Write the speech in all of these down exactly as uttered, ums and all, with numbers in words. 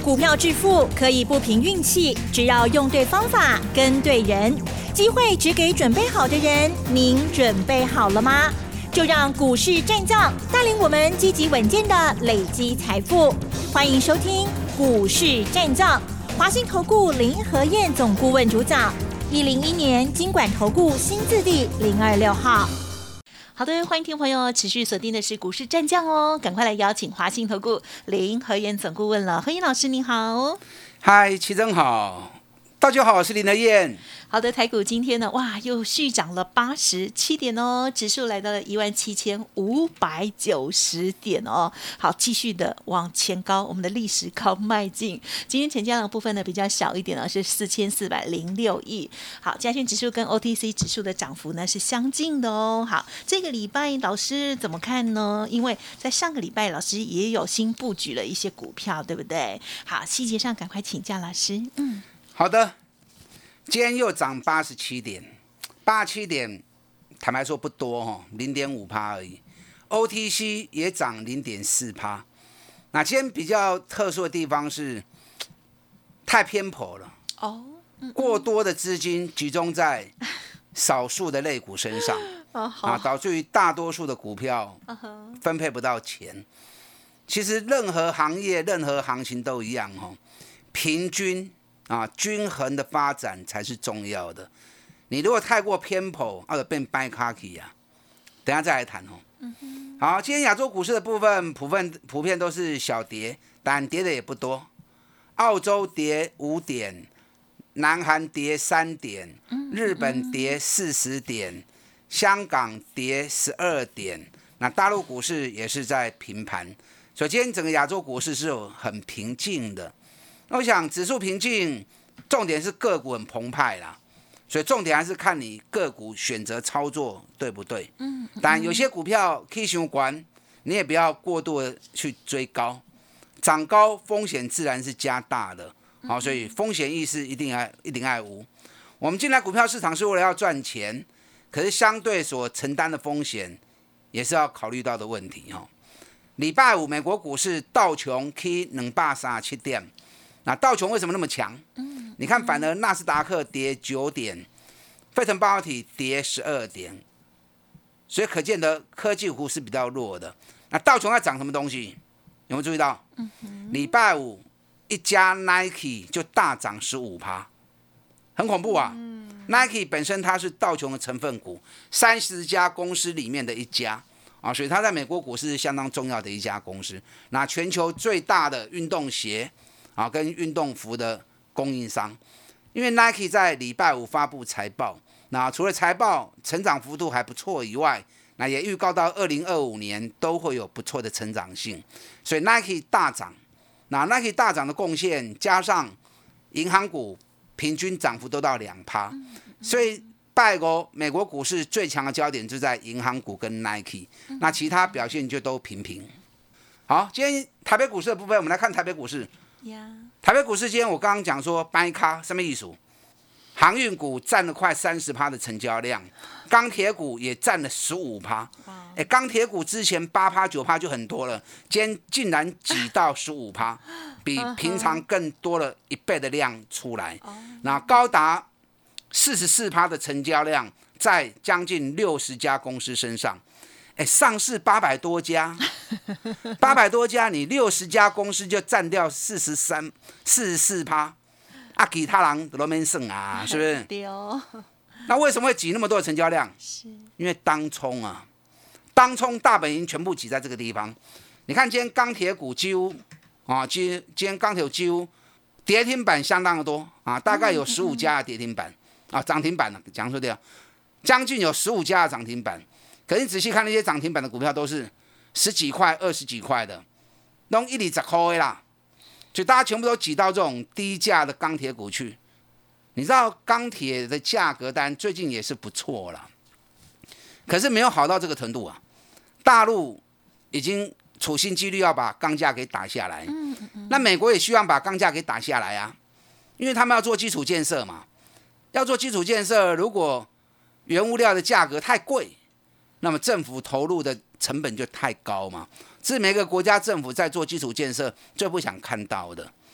股票致富可以不凭运气，只要用对方法、跟对人。机会只给准备好的人，您准备好了吗？就让股市战将带领我们积极稳健的累积财富。欢迎收听股市战将，华信投顾林和彥总顾问主讲，一零一年金管投顾新字第零二六号。好的，欢迎听众朋友持续锁定的是股市战将哦，赶快来邀请华信投顾林和彥总顾问了。和彥老师您好。 嗨，齐真好，大家好，我是林和彥。 好的，台股今天呢，哇，又续涨了八十七点哦，指数来到了一万七千五百九十点哦。好，继续的往前高，我们的历史高迈进。今天成交量的部分呢比较小一点哦，是四千四百零六亿。好，加权指数跟 O T C 指数的涨幅呢是相近的哦。好，这个礼拜老师怎么看呢？因为在上个礼拜老师也有新布局了一些股票，对不对？好，细节上赶快请教老师。嗯， 好的。今天又涨八十七点，八十七点，坦白说不多哦，零点五趴而已。O T C 也涨零点四趴。那今天比较特殊的地方是太偏颇了哦，嗯嗯过多的资金集中在少数的类股身上，哦、啊，导致于大多数的股票分配不到钱。其实任何行业、任何行情都一样哦，平均。啊，均衡的发展才是重要的。你如果太过偏颇，或者变掰卡起啊，等一下再来谈哦。嗯、好，今天亚洲股市的部分普遍普遍都是小跌，但跌的也不多。澳洲跌五点，南韩跌三点，日本跌四十点，香港跌十二点。那大陆股市也是在平盘，所以今天整个亚洲股市是很平静的。我想指数平静，重点是个股很澎湃啦，所以重点还是看你个股选择操作对不对。嗯，当然有些股票可以相关，你也不要过度的去追高，涨高风险自然是加大的。好，所以风险意识一定要一定要无。我们进来股票市场是为了要赚钱，可是相对所承担的风险也是要考虑到的问题哈。礼拜五美国股市道琼起两百三十七点。那道琼为什么那么强？嗯、你看，反而纳斯达克跌九点，费城半导体跌十二点，所以可见的科技股是比较弱的。那道琼在涨什么东西？有没有注意到？礼、嗯、拜五一家 Nike 就大涨十五趴，很恐怖啊、嗯、！Nike 本身它是道琼的成分股，三十家公司里面的一家啊，所以它在美国股市是相当重要的一家公司。那全球最大的运动鞋。啊，跟运动服的供应商，因为 Nike 在礼拜五发布财报，那除了财报成长幅度还不错以外，那也预告到二零二五年都会有不错的成长性，所以 Nike 大涨，那 Nike 大涨的贡献加上银行股平均涨幅都到两趴，所以拜五美国股市最强的焦点就在银行股跟 Nike， 那其他表现就都平平。好，今天台北股市的部分，我们来看台北股市。Yeah. 台北股市今天我刚刚讲说掰咖什么意思？航运股占了快三十趴的成交量，钢铁股也占了十五趴。哎，钢铁股之前八趴九趴就很多了，今天竟然挤到十五趴，比平常更多了一倍的量出来。那高达四十四趴的成交量，在将近六十家公司身上。哎，上市八百多家，八百多家，你六十家公司就占掉四十三、四十四趴，啊，其他人都没剩啊，是不是？对哦。那为什么会挤那么多的成交量？是因为当冲啊，当冲大本营全部挤在这个地方。你看今天钢铁股几乎啊，今今天钢铁几乎跌停板相当的多啊，大概有十五家的跌停板啊，涨停板了，讲说对啊，将近有十五家的涨停板。可是你仔细看那些涨停板的股票，都是十几块、二十几块的，都一厘十块的啦。所以大家全部都挤到这种低价的钢铁股去。你知道钢铁的价格单最近也是不错啦，可是没有好到这个程度啊。大陆已经处心积虑要把钢价给打下来，那美国也希望把钢价给打下来啊，因为他们要做基础建设嘛。要做基础建设，如果原物料的价格太贵，那么政府投入的成本就太高嘛，这是每个国家政府在做基础建设最不想看到的。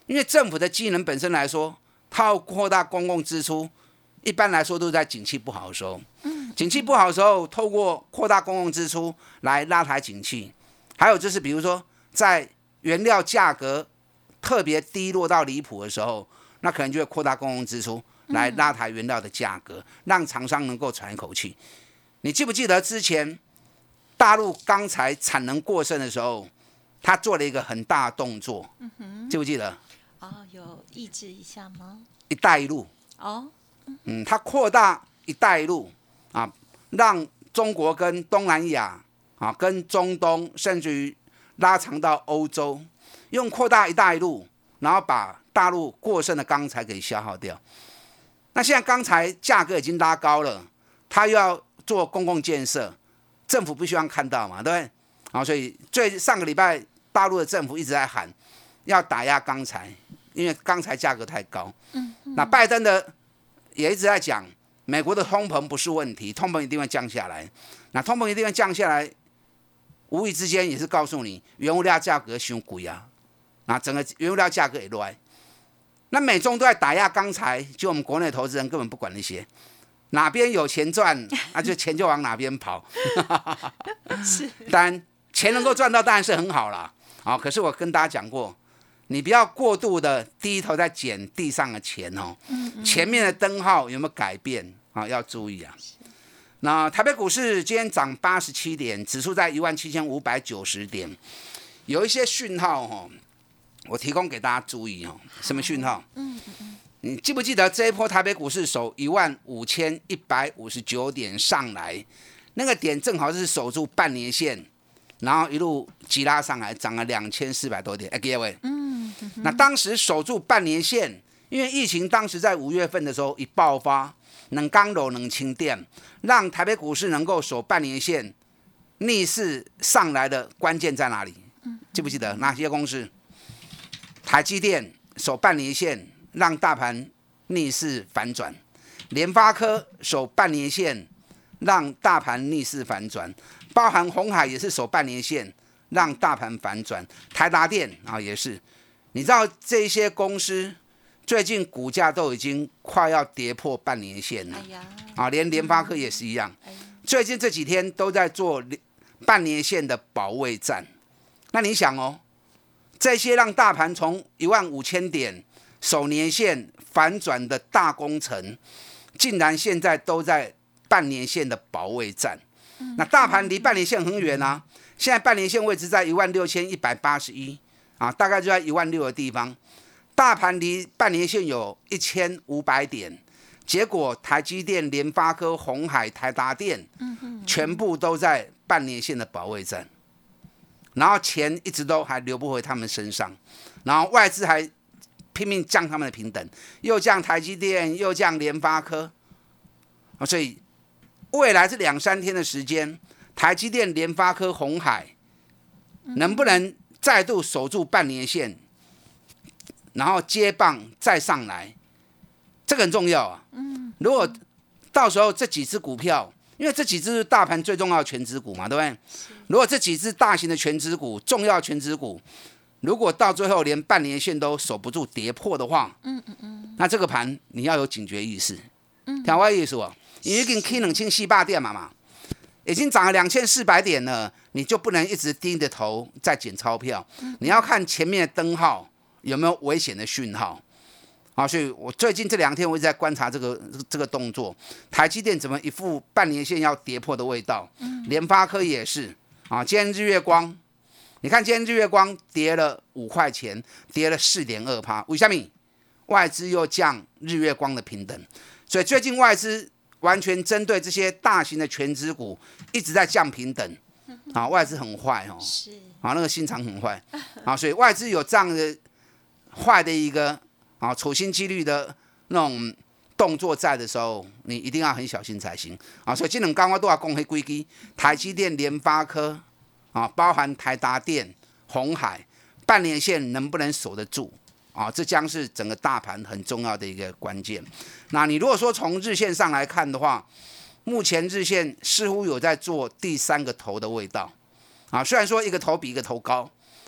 因为政府的机能本身来说，它要扩大公共支出，一般来说都是在景气不好的时候。嗯，景气不好的时候，透过扩大公共支出来拉抬景气。还有就是，比如说在原料价格特别低落到离谱的时候，那可能就会扩大公共支出来拉抬原料的价格，让厂商能够喘一口气。你记不记得之前大陆钢材产能过剩的时候，他做了一个很大的动作，嗯、记不记得？ 哦，有抑制一下吗？ 一带一路。哦，嗯，他扩大一带一路啊，让中国跟东南亚啊，跟中东，甚至于拉长到欧洲，用扩大一带一路，然后把大陆过剩的钢材给消耗掉。那现在钢材价格已经拉高了，他又要做公共建设，政府不希望看到嘛，对不对？啊，所以最上个礼拜大陆的政府一直在喊要打压钢材，因为钢材价格太高。嗯嗯、那拜登的也一直在讲，美国的通膨不是问题，通膨一定会降下来。那通膨一定会降下来，无意之间也是告诉你，原物料价格太贵啊，那整个原物料价格也乱。那美中都在打压钢材，就我们国内投资人根本不管那些，哪边有钱赚，那就钱就往哪边跑。是，当然钱能够赚到当然是很好啦。好，可是我跟大家讲过，你不要过度的低头在捡地上的钱哦。嗯嗯，前面的灯号有没有改变啊？要注意啊。那台北股市今天涨八十七点，指数在一万七千五百九十点，有一些讯号哦，我提供给大家注意哦。什么讯号？嗯嗯，你记不记得这一波台北股市守一万五千一百五十九点上来，那个点正好是守住半年线，然后一路急拉上来，涨了两千四百多点。哎，各位，嗯，那当时守住半年线，因为疫情当时在五月份的时候一爆发，能刚柔能轻电，让台北股市能够守半年线，逆势上来的关键在哪里？记不记得哪些公司？台积电守半年线，让大盘逆势反转；联发科守半年线，让大盘逆势反转；包含鸿海也是守半年线，让大盘反转；台达电啊也是。你知道这些公司最近股价都已经快要跌破半年线了，哎呀啊，连联发科也是一样，哎、最近这几天都在做半年线的保卫战。那你想哦，这些让大盘从一万五千点守年线反转的大工程，竟然现在都在半年线的保卫战。嗯、那大盘离半年线很远啊，现在半年线位置在一万六千一百八十一啊，大概就在一万六的地方。大盘离半年线有一千五百点，结果台积电、联发科、鸿海、台达电，全部都在半年线的保卫战。然后钱一直都还流不回他们身上，然后外资还拼命降他们的平等，又降台积电，又降联发科，所以未来这两三天的时间，台积电、联发科、鸿海能不能再度守住半年线，然后接棒再上来，这个很重要啊。如果到时候这几只股票，因为这几只是大盘最重要的全指股嘛，对不对？如果这几只大型的全指股、重要全指股，如果到最后连半年线都守不住跌破的话，嗯嗯嗯，那这个盘你要有警觉意识。嗯，听我意思哦，你已经 K 两千四百点嘛嘛，已经涨了两千四百点了，你就不能一直盯着头在捡钞票，你要看前面的灯号有没有危险的讯号。啊，所以我最近这两天我一直在观察这个这个动作，台积电怎么一副半年线要跌破的味道，联发科也是啊，今天日月光，你看今天日月光跌了五块钱，跌了四点二趴，为什么？外资又降日月光的平等，所以最近外资完全针对这些大型的全指股一直在降平等，啊，外资很坏哦，是啊，那个心肠很坏啊，所以外资有这样的坏的一个。啊，处心积虑的那种动作在的时候，你一定要很小心才行啊！所以这两天我都要讲那几支台积电、联发科啊，包含台达电、鸿海，半年线能不能守得住啊？这将是整个大盘很重要的一个关键。那你如果说从日线上来看的话，目前日线似乎有在做第三个头的味道啊，虽然说一个头比一个头高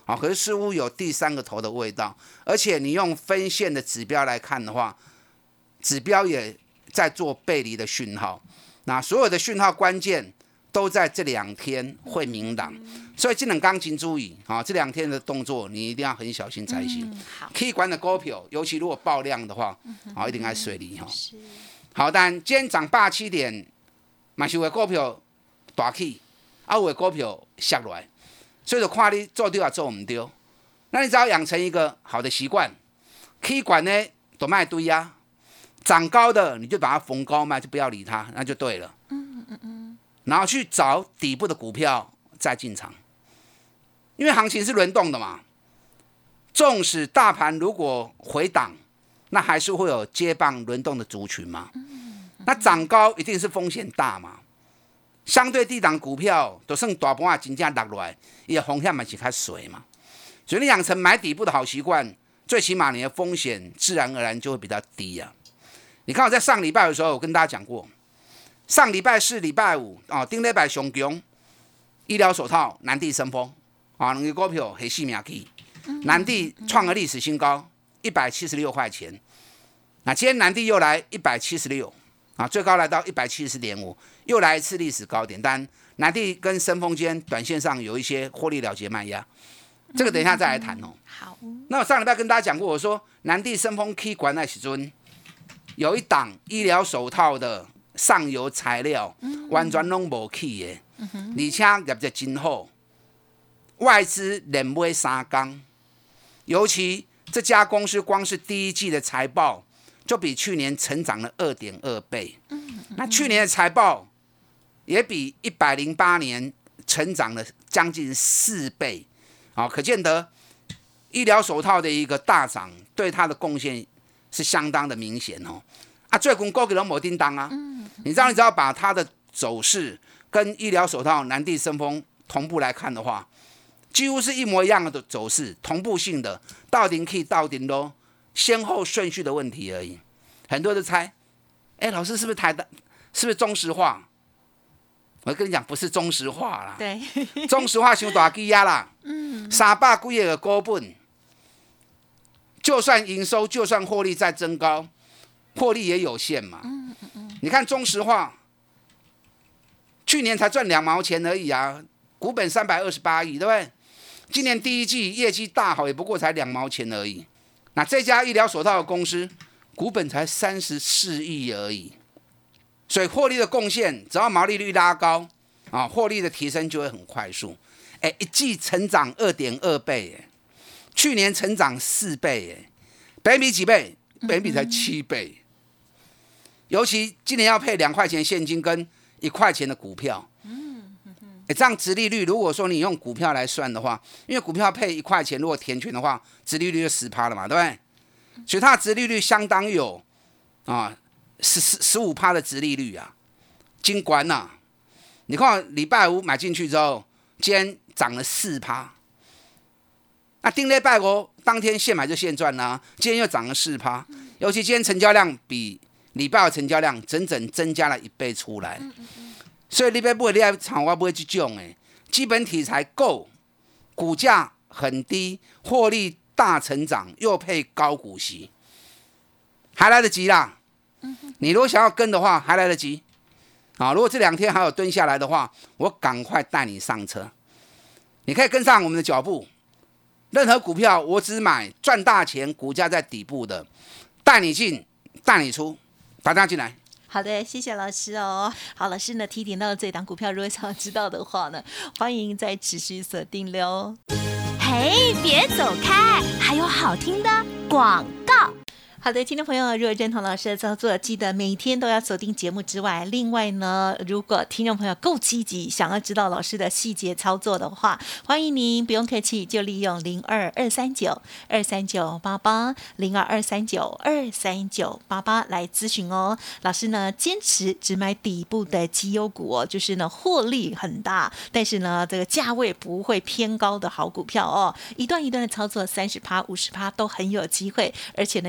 好，可是似乎有第三个头的味道，而且你用分线的指标来看的话，指标也在做背离的讯号。那所有的讯号关键都在这两天会明朗，所以这两天请注意啊，这两天的动作你一定要很小心才行。 嗯、好 ，K 管的股票，尤其如果爆量的话，好、嗯、一定要水利哈。好，但今天涨八七点，嘛是有的股票大起，啊有的股票下来，所以就看你做对啊做唔对。那你只要养成一个好的习惯 ，K 管呢都卖堆啊，涨高的你就把它逢高卖，就不要理它，那就对了。嗯嗯嗯。然后去找底部的股票再进场，因为行情是轮动的嘛。纵使大盘如果回档，那还是会有接棒轮动的族群嘛。那涨高一定是风险大嘛。相对低档股票都剩大盘真正落来，伊的风险嘛是较水嘛。所以你养成买底部的好习惯，最起码你的风险自然而然就会比较低啊。你看我在上礼拜的时候，我跟大家讲过。上礼拜四、礼拜五啊，顶礼拜上强，医疗手套、南地生风啊，两个股票黑死命去。南地创了历史新高，一百七十六块钱。那今天南地又来一百七十六啊，最高来到一百七十点五，又来一次历史高点。但南地跟生风间短线上有一些获利了结卖压，这个等一下再来谈哦。 好。 那我上礼拜跟大家讲过，我说南地生风 K 管那时阵有一档医疗手套的。上游材料完全拢无起的，而且业绩真好，外资连买三天，尤其这家公司光是第一季的财报就比去年成长了 二点二倍，那去年的财报也比一百零八年成长了将近四倍，好，可见得医疗手套的一个大涨对它的贡献是相当的明显哦。啊，最近股价都没叮当啊。你知道，你只要把它的走势跟医疗手套、南地生风同步来看的话，几乎是一模一样的走势，同步性的，到顶可以到顶咯，先后顺序的问题而已。很多人都猜，哎，老师是不是台大，是不是中石化？我跟你讲，不是中石化啦， 对， 中石化伤大支啊啦，嗯，三百几个股本，就算营收，就算获利再增高，获利也有限嘛。嗯你看中石化，去年才赚两毛钱而已啊，股本三百二十八亿，对不对？今年第一季业绩大好，也不过才两毛钱而已。那这家医疗手套的公司，股本才三十四亿而已，所以获利的贡献，只要毛利率拉高啊，获利的提升就会很快速。哎，一季成长二点二倍，哎，去年成长四倍，哎，本益比几倍？本益比才七倍。尤其今年要配两块钱现金跟一块钱的股票，嗯嗯嗯，这样殖利率，如果说你用股票来算的话，因为股票配一块钱，如果填权的话，殖利率就十趴了嘛，对不对？所以它的殖利率相当有啊，十十十五趴的殖利率啊，金管呐、啊，你看礼拜五买进去之后，今天涨了四趴，那顶礼拜五当天现买就现赚啦、啊，今天又涨了四趴，尤其今天成交量比礼拜的成交量整整增加了一倍出来，所以你要买，你要炒我买这种的，基本题材够，股价很低，获利大成长，又配高股息，还来得及啦。你如果想要跟的话，还来得及。啊，如果这两天还有蹲下来的话，我赶快带你上车。你可以跟上我们的脚步，任何股票我只买赚大钱，股价在底部的，带你进，带你出。大家进来。 好的，谢谢老师哦。好，老师呢提点到了这档股票，如果想要知道的话呢，欢迎再持续锁定喽。 嘿，别走开，还有好听的广告。 好的，听众朋友，如果认同老师的操作，记得每天都要锁定节目之外，另外呢，如果听众朋友够积极，想要知道老师的细节操作的话，欢迎您不用客气，就利用零二二三九二三九八八零二二三九二三九八八来咨询哦。老师呢坚持只买底部的绩优股哦，就是呢获利很大，但是呢这个价位不会偏高的好股票哦，一段一段的操作，三十趴、五十趴都很有机会，而且呢也一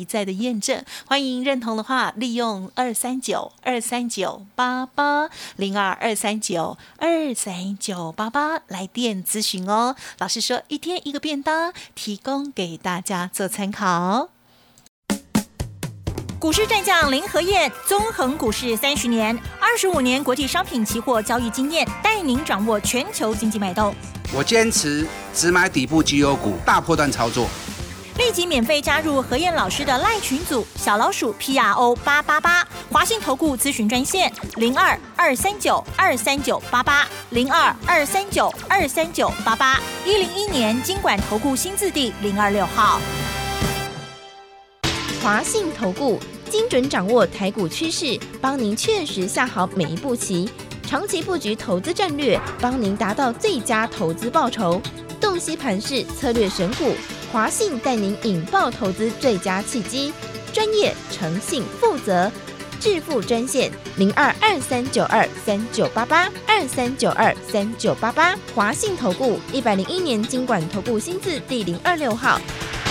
在的验证。欢迎认同的话，利用二三九二三九八八零二二三九二三九八八来电咨询哦。老师说一天一个便当，提供给大家做参考。股市战将林和彥，纵横股市三十年，二十五年国际商品期货交易经验，带您掌握全球经济脉动。 我坚持只买底部绩优股，大波段操作。 立即免费加入和彥老师的赖群组，小老鼠 P R O 八八八，华信投顾咨询专线零二二三九二三九八八零二二三九二三九八八，一零一年金管投顾新字第零二六号。 华信投顾精准掌握台股趋势，帮您确实下好每一步棋，长期布局投资战略，帮您达到最佳投资报酬。洞悉盘势，策略选股，华信带您引爆投资最佳契机，专业、诚信、负责。致富专线零二二三九二三九八八二三九二三九八八，华信投顾一百零一年金管投顾新字第零二六号。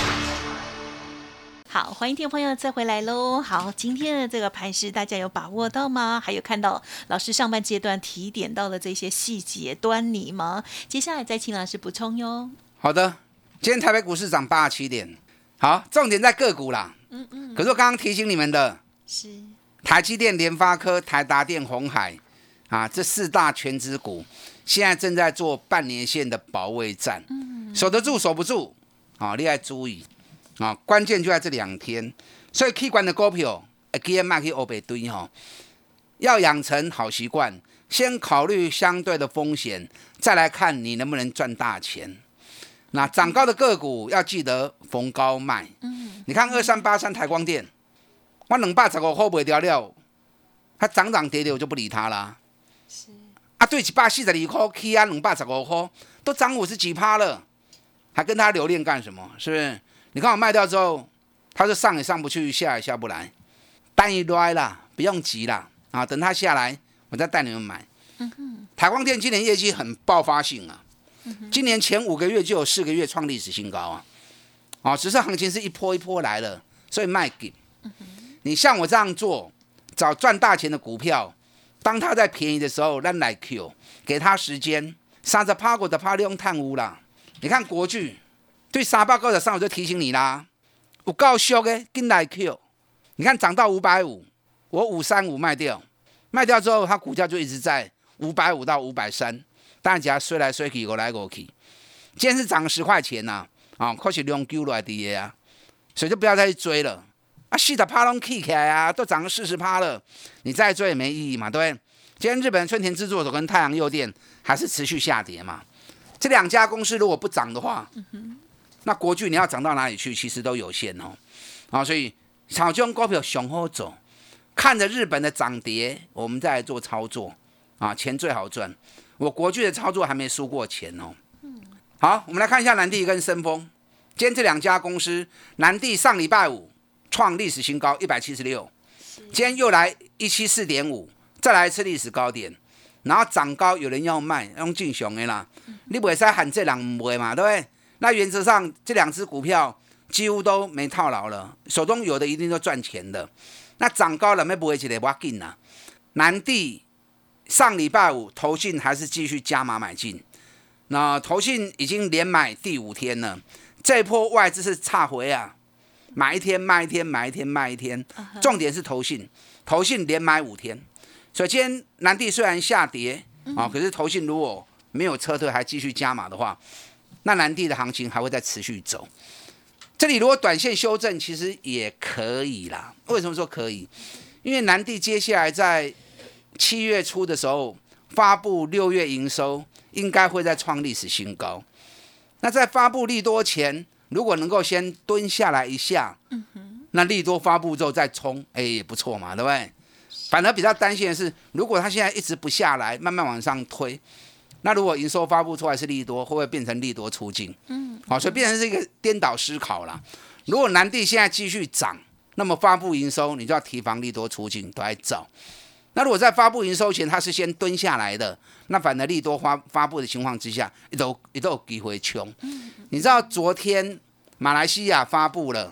好，欢迎听众朋友再回来喽。好，今天的这个盘势大家有把握到吗？还有看到老师上半阶段提点到的这些细节端倪吗？接下来再请老师补充哟。 好的，今天台北股市涨八十七点，好，重点在个股啦。嗯嗯。可是我刚刚提醒你们的是台积电、联发科、台达电、鸿海啊，这四大全指股现在正在做半年线的保卫战，嗯，守得住守不住啊，你要注意。啊，关键就在这两天，所以 K 管的股票，记得卖去欧北堆哈，要养成好习惯，先考虑相对的风险，再来看你能不能赚大钱。那涨高的个股要记得逢高卖。嗯，你看二三八三台光电，我两百十五块卖掉了，它涨涨跌跌我就不理它啦。是啊，对，一百四十二块 K 啊，两百十五块都涨五十几趴了，还跟它留恋干什么？是不是？你看我卖掉之后，它是上也上不去，下也下不来，单一来啦，不用急啦啊！等它下来，我再带你们买。嗯、台光电今年业绩很爆发性啊，嗯、今年前五个月就有四个月创历史新高啊！啊，只是行情是一波一波来了，所以卖给、嗯、你像我这样做，找赚大钱的股票，当它在便宜的时候，咱来 Q， 给它时间，三十趴过的趴利用探污啦。你看国巨。对三百九十三我就提醒你啦，有够俗的，紧来 Q。你看涨到五百五，我五三五卖掉，卖掉之后它股价就一直在五百五到五百三，当然只要衰来衰去，我来我去。今天是涨十块钱呐、啊，啊，可是量救来的啊，所以就不要再去追了。啊，四十趴拢起起来啊，都涨了四十趴了，你再追也没意义嘛，对不对？今天日本春田制作所跟太阳诱电还是持续下跌嘛，这两家公司如果不涨的话，嗯那国巨你要涨到哪里去，其实都有限哦。啊，所以炒这种股票上好走，看着日本的涨跌，我们再来做操作啊，钱最好赚。我国巨的操作还没输过钱哦。好，我们来看一下南地跟深丰，今天这两家公司，南地上礼拜五创历史新高一百七十六，今天又来一百七十四点五，再来一次历史高点，然后涨高有人要卖，用正常的啦，你不会再喊这人不会嘛，对不对？那原则上这两只股票几乎都没套牢了，手中有的一定都赚钱的。那涨高了没不会一个要紧啦。南地上礼拜五投信还是继续加码买进，那投信已经连买第五天了。这一波外资是插回啊，买一天卖一天，买一天卖一天。重点是投信，投信连买五天。所以今天南地虽然下跌啊，可是投信如果没有撤退还继续加码的话，那南地的行情还会再持续走。这里如果短线修正，其实也可以啦。为什么说可以？因为南地接下来在七月初的时候发布六月营收，应该会再创历史新高。那在发布利多前，如果能够先蹲下来一下，嗯、那利多发布之后再冲，哎，也不错嘛，对不对？反而比较担心的是，如果它现在一直不下来，慢慢往上推。那如果营收发布出来是利多，会不会变成利多出尽？嗯，好，所以变成是一个颠倒思考啦。如果南地现在继续涨，那么发布营收你就要提防利多出尽，都在找。那如果在发布营收前它是先蹲下来的，那反而利多发发布的情况之下，也都也都有机会冲。嗯，你知道昨天马来西亚发布了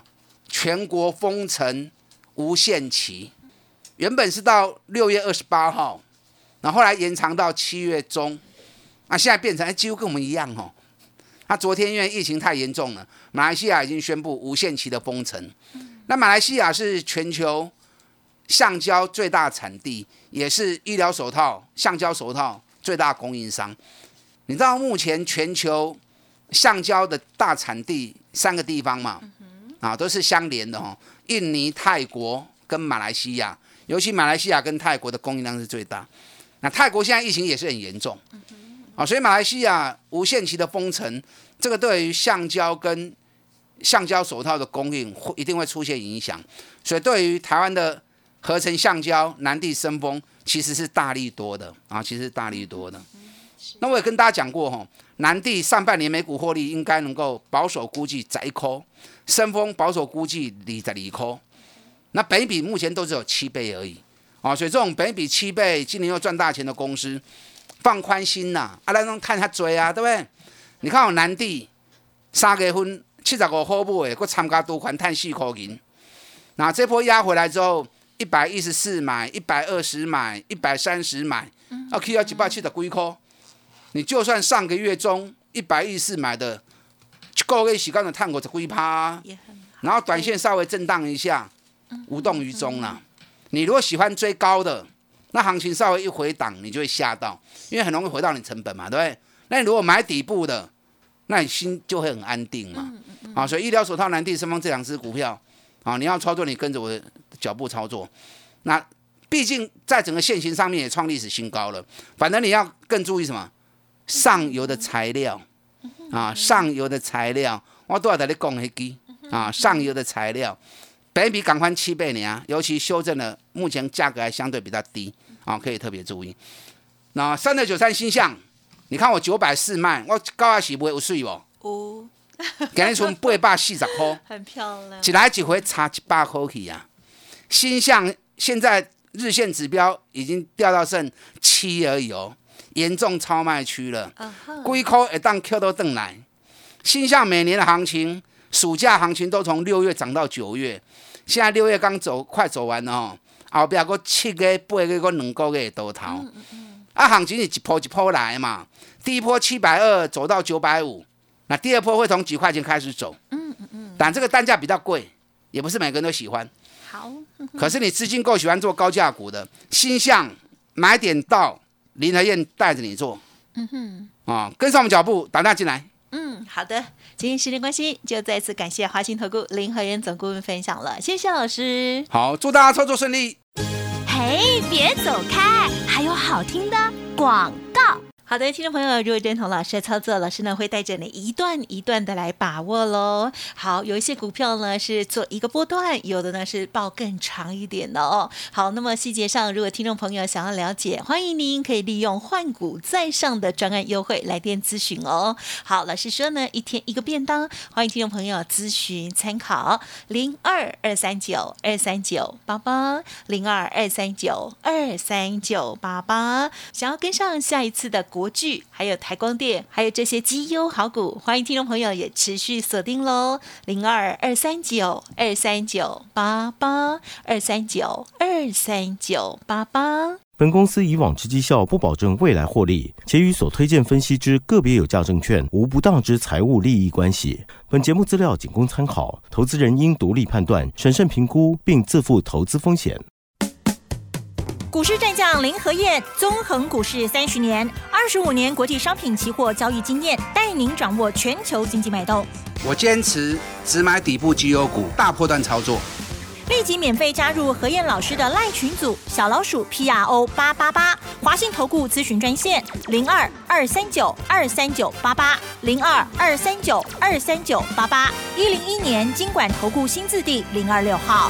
全国封城无限期，原本是到六月二十八号，然后后来延长到七月中，那现在变成几乎跟我们一样哦。那昨天因为疫情太严重了，马来西亚已经宣布无限期的封城。那马来西亚是全球橡胶最大产地，也是医疗手套、橡胶手套最大供应商。你知道目前全球橡胶的大产地三个地方嘛？啊，都是相连的哦，印尼、泰国跟马来西亚，尤其马来西亚跟泰国的供应量是最大。那泰国现在疫情也是很严重。啊，所以马来西亚无限期的封城，这个对于橡胶跟橡胶手套的供应会一定会出现影响，所以对于台湾的合成橡胶、南地生丰其实是大利多的啊，其实是大利多的。那我也跟大家讲过哈，南地上半年每股获利应该能够保守估计十一块，生丰保守估计二十二块，那本益比目前都只有七倍而已啊，所以这种本益比七倍，今年又赚大钱的公司。放宽心啦，啊，咱拢看较多啊，对不对？你看有南地三月份七十五块买的，佮参加多款赚四块银。那这波压回来之后，一百一十四买，一百二十买，一百三十买，啊，去到一百七十几块。你就算上个月中一百一十四买的，一个月时间就赚五十几趴，然后短线稍微震荡一下，无动于衷啦。你如果喜欢追高的，那行情稍微一回档，你就会吓到，因为很容易回到你成本嘛，对不对？那你如果买底部的，那你心就会很安定嘛。嗯嗯嗯啊，所以医疗手套、南地生丰这两只股票，啊，你要操作，你跟着我的脚步操作。那毕竟在整个线型上面也创历史新高了，反正你要更注意什么？上游的材料啊，上游的材料，我都要在你讲那支啊，上游的材料。本益比赶快七倍呢，尤其修正了，目前价格还相对比较低啊，可以特别注意。那三二九三星象，你看我九百四卖，我高下是不会有水不？ 有， 今日从八百四十块， 很漂亮， 一来一回差一百块去啊。星象现在日线指标已经掉到剩七而已哦，严重超卖区了，几块会当 Q 都回来。星象每年的行情，暑假行情都从六月涨到九月。现在六月刚走，快走完了哦，后边还七个、八个、个两个月多头。嗯嗯、啊，行情是一波一波来嘛。第一波七百二走到九百五，那第二波会从几块钱开始走。嗯嗯嗯。但这个单价比较贵，也不是每个人都喜欢。 好。 可是你资金够喜欢做高价股的，星象买点到，林和燕带着你做。嗯哼。啊，跟上我们脚步，打电话进来。 嗯，好的。今天时间关系，就再次感谢华信投顾林和燕总顾问分享了，谢谢老师。 好，祝大家操作顺利。 嘿，别走开，还有好听的广告。 好的，听众朋友，如果认同老师的操作，老师呢会带着你一段一段的来把握咯。好，有一些股票呢是做一个波段，有的呢是报更长一点的哦。好，那么细节上，如果听众朋友想要了解，欢迎您可以利用换股再上的专案优惠来电咨询哦。好，老师说呢，一天一个便当，欢迎听众朋友咨询参考零二二三九二三九八八零二二三九二三九八八，想要跟上下一次的国巨，还有台光电，还有这些绩优好股，欢迎听众朋友也持续锁定咯，零二二三九二三九八八二三九二三九八八。 本公司以往之绩效不保证未来获利，且与所推荐分析之个别有价证券无不当之财务利益关系。本节目资料仅供参考，投资人应独立判断、审慎评估，并自负投资风险。 股市战将林和燕，纵横股市三十年，二十五年国际商品期货交易经验，带您掌握全球经济脉动。 我坚持只买底部绩优股，大波段操作。 立即免费加入和燕老师的赖群组，小老鼠 P R O 八八八，华信投顾咨询专线零二二三九二三九八八零二二三九二三九八八，一零一年金管投顾新字第零二六号。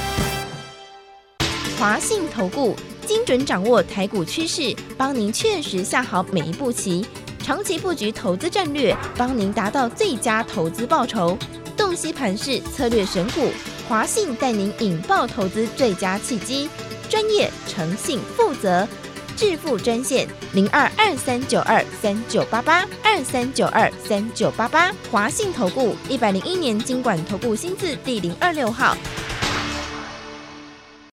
华信投顾精准掌握台股趋势，帮您确实下好每一步棋，长期布局投资战略，帮您达到最佳投资报酬。洞悉盘势，策略选股，华信带您引爆投资最佳契机，专业、诚信、负责。 致富专线零二二三九二三九八八二三九二三九八八，华信投顾一百零一年金管投顾新字第零二六号。